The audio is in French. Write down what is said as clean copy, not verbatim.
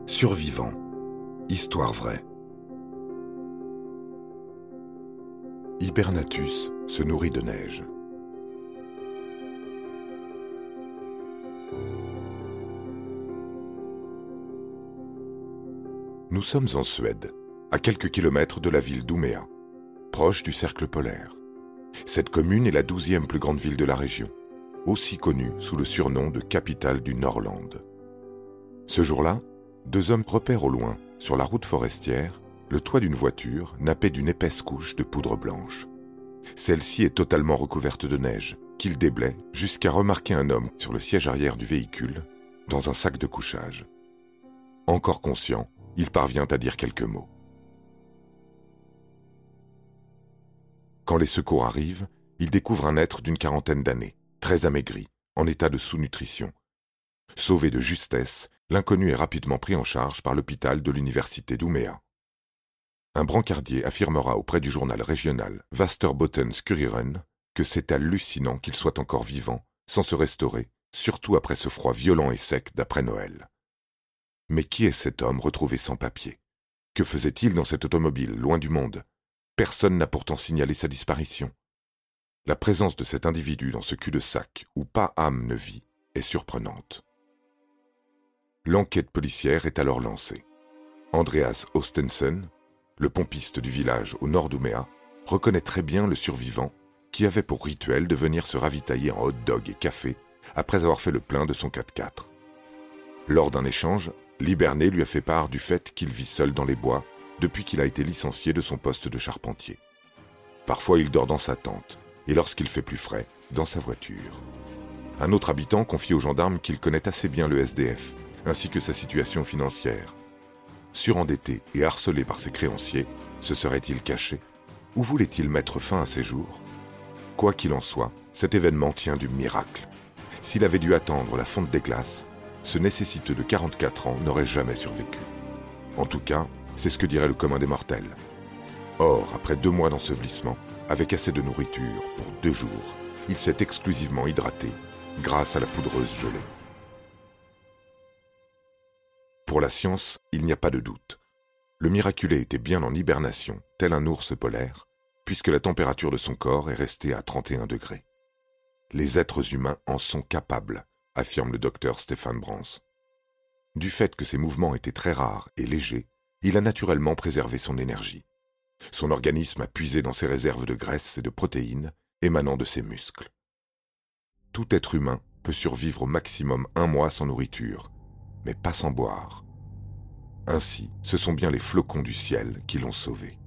Survivant. Histoire vraie. Hibernatus se nourrit de neige. Nous sommes en Suède, à quelques kilomètres de la ville d'Umeå, proche du cercle polaire. Cette commune est la 12e plus grande ville de la région, aussi connue sous le surnom de capitale du Norrland. Ce jour-là, deux hommes repèrent au loin, sur la route forestière, le toit d'une voiture nappé d'une épaisse couche de poudre blanche. Celle-ci est totalement recouverte de neige, qu'ils déblaient jusqu'à remarquer un homme sur le siège arrière du véhicule, dans un sac de couchage. Encore conscient, il parvient à dire quelques mots. Quand les secours arrivent, ils découvrent un être d'une quarantaine d'années, très amaigri, en état de sous-nutrition. Sauvé de justesse, l'inconnu est rapidement pris en charge par l'hôpital de l'université d'Umeå. Un brancardier affirmera auprès du journal régional Västerbottens-Kuriren que c'est hallucinant qu'il soit encore vivant, sans se restaurer, surtout après ce froid violent et sec d'après Noël. Mais qui est cet homme retrouvé sans papier? Que faisait-il dans cette automobile, loin du monde? Personne n'a pourtant signalé sa disparition. La présence de cet individu dans ce cul-de-sac où pas âme ne vit est surprenante. L'enquête policière est alors lancée. Andreas Ostensen, le pompiste du village au nord d'Umeå, reconnaît très bien le survivant qui avait pour rituel de venir se ravitailler en hot-dog et café après avoir fait le plein de son 4x4. Lors d'un échange, l'hiberné lui a fait part du fait qu'il vit seul dans les bois depuis qu'il a été licencié de son poste de charpentier. Parfois il dort dans sa tente et lorsqu'il fait plus frais, dans sa voiture. Un autre habitant confie aux gendarmes qu'il connaît assez bien le SDF, ainsi que sa situation financière. Surendetté et harcelé par ses créanciers, se serait-il caché? Ou voulait-il mettre fin à ses jours? Quoi qu'il en soit, cet événement tient du miracle. S'il avait dû attendre la fonte des glaces, ce nécessiteux de 44 ans n'aurait jamais survécu. En tout cas, c'est ce que dirait le commun des mortels. Or, après 2 mois d'ensevelissement, avec assez de nourriture pour 2 jours, il s'est exclusivement hydraté grâce à la poudreuse gelée. Pour la science, il n'y a pas de doute. Le miraculé était bien en hibernation, tel un ours polaire, puisque la température de son corps est restée à 31 degrés. Les êtres humains en sont capables, affirme le docteur Stefan Brans. Du fait que ses mouvements étaient très rares et légers, il a naturellement préservé son énergie. Son organisme a puisé dans ses réserves de graisse et de protéines émanant de ses muscles. Tout être humain peut survivre au maximum 1 mois sans nourriture, mais pas sans boire. Ainsi, ce sont bien les flocons du ciel qui l'ont sauvé.